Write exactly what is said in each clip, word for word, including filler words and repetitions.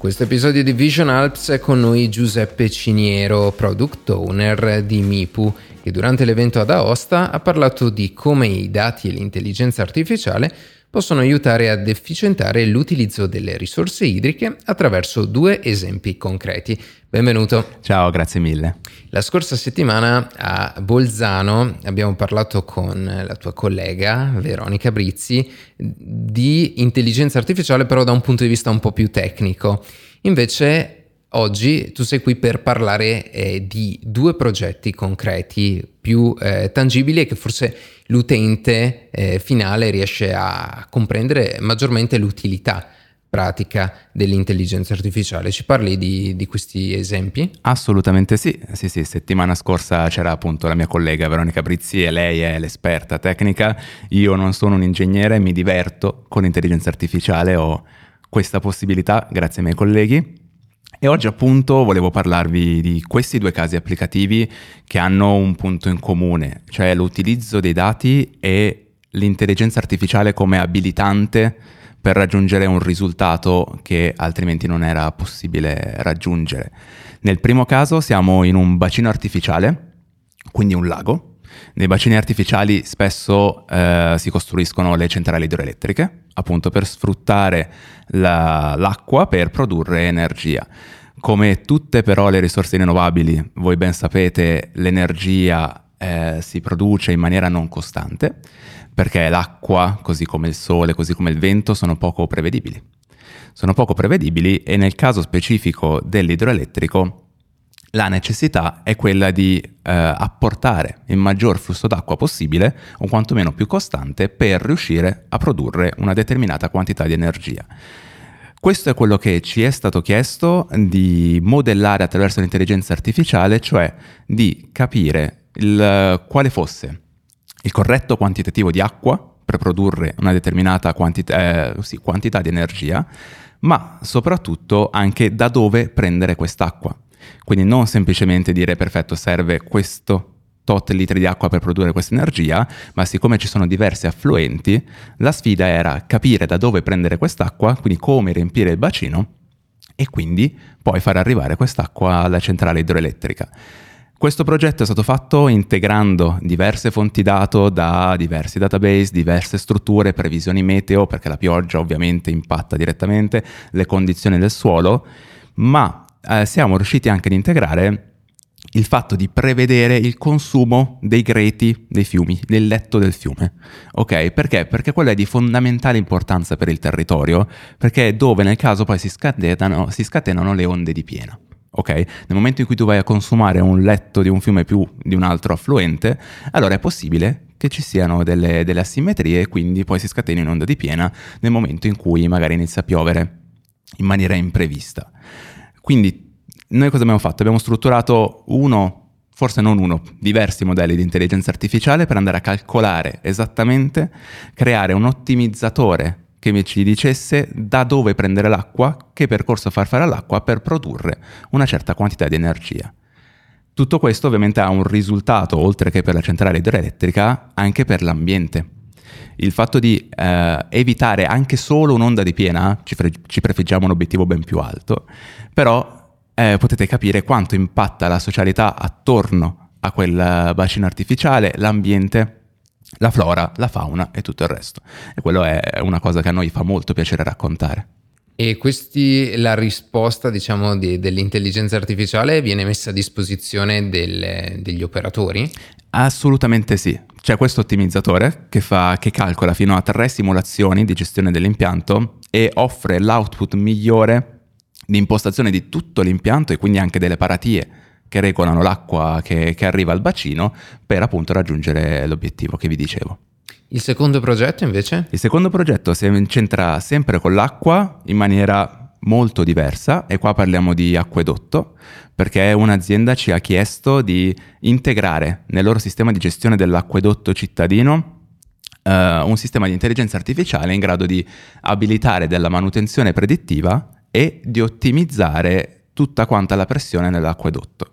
questo episodio di Vision Alps è con noi Giuseppe Ciniero, product owner di Mipu, che durante l'evento ad Aosta ha parlato di come i dati e l'intelligenza artificiale possono aiutare ad efficientare l'utilizzo delle risorse idriche attraverso due esempi concreti. Benvenuto. Ciao, grazie mille. La scorsa settimana a Bolzano abbiamo parlato con la tua collega Veronica Brizzi di intelligenza artificiale, però da un punto di vista un po' più tecnico. Invece oggi tu sei qui per parlare eh, di due progetti concreti più eh, tangibili e che forse l'utente eh, finale riesce a comprendere maggiormente l'utilità pratica dell'intelligenza artificiale. Ci parli di, di questi esempi? Assolutamente sì. Sì, sì, settimana scorsa c'era appunto la mia collega Veronica Brizzi e lei è l'esperta tecnica. Io non sono un ingegnere, mi diverto con l'intelligenza artificiale, ho questa possibilità grazie ai miei colleghi. E oggi appunto volevo parlarvi di questi due casi applicativi che hanno un punto in comune, cioè l'utilizzo dei dati e l'intelligenza artificiale come abilitante per raggiungere un risultato che altrimenti non era possibile raggiungere. Nel primo caso siamo in un bacino artificiale, quindi un lago. Nei bacini artificiali spesso eh, si costruiscono le centrali idroelettriche, appunto per sfruttare la, l'acqua per produrre energia. Come tutte però le risorse rinnovabili, voi ben sapete, l'energia eh, si produce in maniera non costante, perché l'acqua, così come il sole, così come il vento, sono poco prevedibili. Sono poco prevedibili e nel caso specifico dell'idroelettrico la necessità è quella di eh, apportare il maggior flusso d'acqua possibile, o quantomeno più costante, per riuscire a produrre una determinata quantità di energia. Questo è quello che ci è stato chiesto di modellare attraverso l'intelligenza artificiale, cioè di capire il, quale fosse il corretto quantitativo di acqua per produrre una determinata quantità, eh, sì, quantità di energia, ma soprattutto anche da dove prendere quest'acqua. Quindi non semplicemente dire perfetto, serve questo tot litri di acqua per produrre questa energia, ma siccome ci sono diversi affluenti, la sfida era capire da dove prendere quest'acqua, quindi come riempire il bacino e quindi poi far arrivare quest'acqua alla centrale idroelettrica. Questo progetto è stato fatto integrando diverse fonti dato da diversi database, diverse strutture, previsioni meteo, perché la pioggia ovviamente impatta direttamente, le condizioni del suolo, ma eh, siamo riusciti anche ad integrare il fatto di prevedere il consumo dei greti dei fiumi, del letto del fiume. Ok? Perché? Perché quello è di fondamentale importanza per il territorio, perché è dove nel caso poi si scatenano, si scatenano le onde di piena. Ok? Nel momento in cui tu vai a consumare un letto di un fiume più di un altro affluente, allora è possibile che ci siano delle, delle asimmetrie e quindi poi si scateni un'onda di piena nel momento in cui magari inizia a piovere in maniera imprevista. Quindi noi cosa abbiamo fatto? Abbiamo strutturato uno, forse non uno, diversi modelli di intelligenza artificiale per andare a calcolare esattamente, creare un ottimizzatore che ci dicesse da dove prendere l'acqua, che percorso far fare all'acqua per produrre una certa quantità di energia. Tutto questo ovviamente ha un risultato, oltre che per la centrale idroelettrica, anche per l'ambiente. Il fatto di eh, evitare anche solo un'onda di piena, ci, fre- ci prefiggiamo un obiettivo ben più alto, però eh, potete capire quanto impatta la socialità attorno a quel bacino artificiale, l'ambiente, la flora, la fauna e tutto il resto. E quello è una cosa che a noi fa molto piacere raccontare. E questi, la risposta, diciamo, di, dell'intelligenza artificiale viene messa a disposizione del, degli operatori? Assolutamente sì. C'è questo ottimizzatore che, fa, che calcola fino a tre simulazioni di gestione dell'impianto e offre l'output migliore di impostazione di tutto l'impianto e quindi anche delle paratie che regolano l'acqua che, che arriva al bacino per appunto raggiungere l'obiettivo che vi dicevo. Il secondo progetto invece? Il secondo progetto si incentra sempre con l'acqua in maniera molto diversa e qua parliamo di acquedotto, perché un'azienda ci ha chiesto di integrare nel loro sistema di gestione dell'acquedotto cittadino uh, un sistema di intelligenza artificiale in grado di abilitare della manutenzione predittiva e di ottimizzare tutta quanta la pressione nell'acquedotto.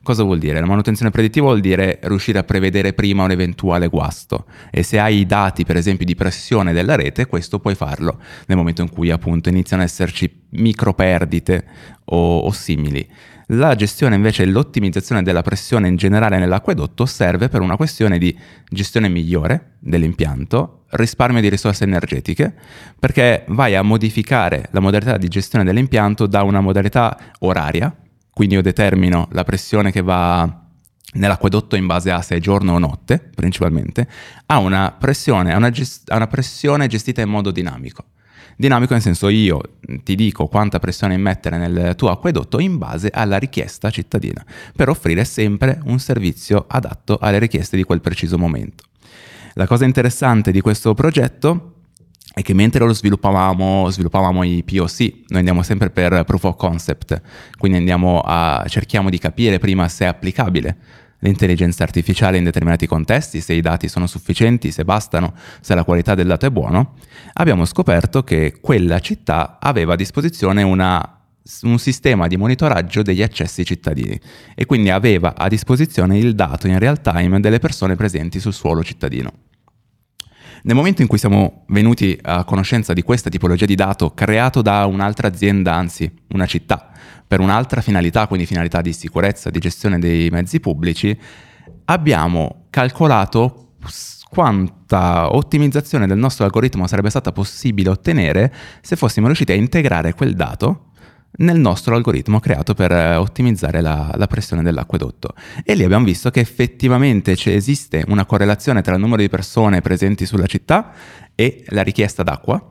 Cosa vuol dire? La manutenzione predittiva vuol dire riuscire a prevedere prima un eventuale guasto, e se hai i dati per esempio di pressione della rete, questo puoi farlo nel momento in cui appunto iniziano ad esserci micro perdite o, o simili. La gestione invece e l'ottimizzazione della pressione in generale nell'acquedotto serve per una questione di gestione migliore dell'impianto, risparmio di risorse energetiche, perché vai a modificare la modalità di gestione dell'impianto da una modalità oraria. Quindi io determino la pressione che va nell'acquedotto in base a se è giorno o notte, principalmente, a una pressione, a una, gest- a una pressione gestita in modo dinamico. Dinamico nel senso io ti dico quanta pressione immettere nel tuo acquedotto in base alla richiesta cittadina, per offrire sempre un servizio adatto alle richieste di quel preciso momento. La cosa interessante di questo progetto è che mentre lo sviluppavamo, sviluppavamo i P O C, noi andiamo sempre per proof of concept, quindi andiamo a, cerchiamo di capire prima se è applicabile l'intelligenza artificiale in determinati contesti, se i dati sono sufficienti, se bastano, se la qualità del dato è buono. Abbiamo scoperto che quella città aveva a disposizione una, un sistema di monitoraggio degli accessi cittadini e quindi aveva a disposizione il dato in real time delle persone presenti sul suolo cittadino. Nel momento in cui siamo venuti a conoscenza di questa tipologia di dato creato da un'altra azienda, anzi una città, per un'altra finalità, quindi finalità di sicurezza, di gestione dei mezzi pubblici, abbiamo calcolato quanta ottimizzazione del nostro algoritmo sarebbe stata possibile ottenere se fossimo riusciti a integrare quel dato nel nostro algoritmo creato per ottimizzare la, la pressione dell'acquedotto. E lì abbiamo visto che effettivamente c'è, esiste una correlazione tra il numero di persone presenti sulla città e la richiesta d'acqua,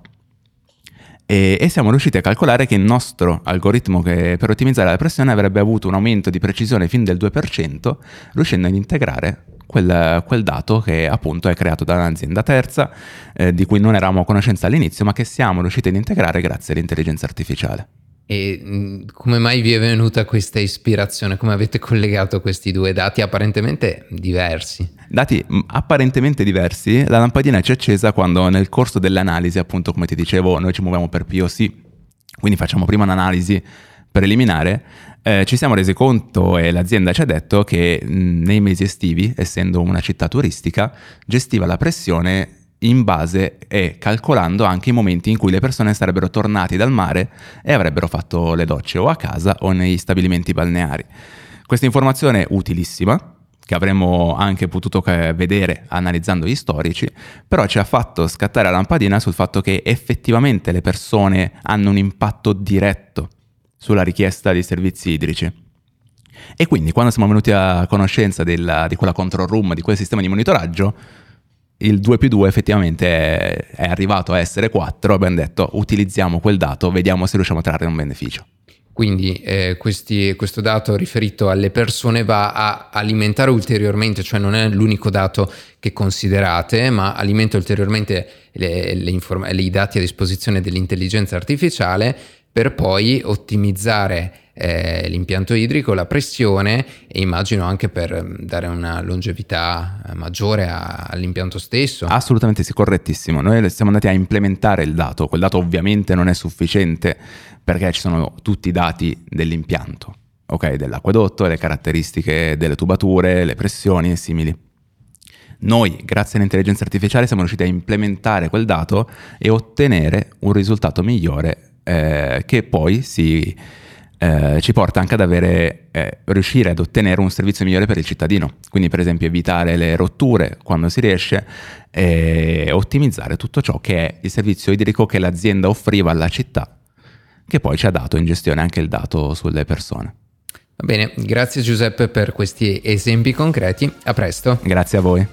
e, e siamo riusciti a calcolare che il nostro algoritmo che per ottimizzare la pressione avrebbe avuto un aumento di precisione fin del due per cento, riuscendo ad integrare quel, quel dato che appunto è creato da un'azienda terza, eh, di cui non eravamo a conoscenza all'inizio, ma che siamo riusciti ad integrare grazie all'intelligenza artificiale. E mh, come mai vi è venuta questa ispirazione? Come avete collegato questi due dati apparentemente diversi? Dati mh, apparentemente diversi, la lampadina ci è accesa quando nel corso dell'analisi, appunto come ti dicevo, noi ci muoviamo per P O C, quindi facciamo prima un'analisi preliminare, eh, ci siamo resi conto e l'azienda ci ha detto che mh, nei mesi estivi, essendo una città turistica, gestiva la pressione in base e calcolando anche i momenti in cui le persone sarebbero tornati dal mare e avrebbero fatto le docce o a casa o negli stabilimenti balneari. Questa informazione è utilissima, che avremmo anche potuto vedere analizzando gli storici, però ci ha fatto scattare la lampadina sul fatto che effettivamente le persone hanno un impatto diretto sulla richiesta di servizi idrici. E quindi quando siamo venuti a conoscenza della, di quella control room, di quel sistema di monitoraggio, il due più due effettivamente è, è arrivato a essere quattro, abbiamo detto utilizziamo quel dato, vediamo se riusciamo a trarre un beneficio. Quindi eh, questi, questo dato riferito alle persone va a alimentare ulteriormente, cioè non è l'unico dato che considerate, ma alimenta ulteriormente le, le inform- i dati a disposizione dell'intelligenza artificiale per poi ottimizzare eh, l'impianto idrico, la pressione e immagino anche per dare una longevità maggiore a, all'impianto stesso. Assolutamente sì, correttissimo. Noi siamo andati a implementare il dato, quel dato ovviamente non è sufficiente perché ci sono tutti i dati dell'impianto, ok, dell'acquedotto, le caratteristiche delle tubature, le pressioni e simili. Noi, grazie all'intelligenza artificiale, siamo riusciti a implementare quel dato e ottenere un risultato migliore eh, che poi si, eh, ci porta anche ad avere, eh, riuscire ad ottenere un servizio migliore per il cittadino. Quindi, per esempio, evitare le rotture quando si riesce e ottimizzare tutto ciò che è il servizio idrico che l'azienda offriva alla città, che poi ci ha dato in gestione anche il dato sulle persone. Va bene, grazie Giuseppe per questi esempi concreti, a presto. Grazie a voi.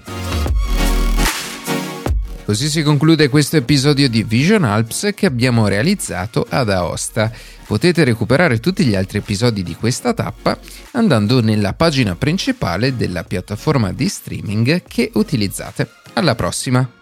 Così si conclude questo episodio di Vision Alps che abbiamo realizzato ad Aosta. Potete recuperare tutti gli altri episodi di questa tappa andando nella pagina principale della piattaforma di streaming che utilizzate. Alla prossima!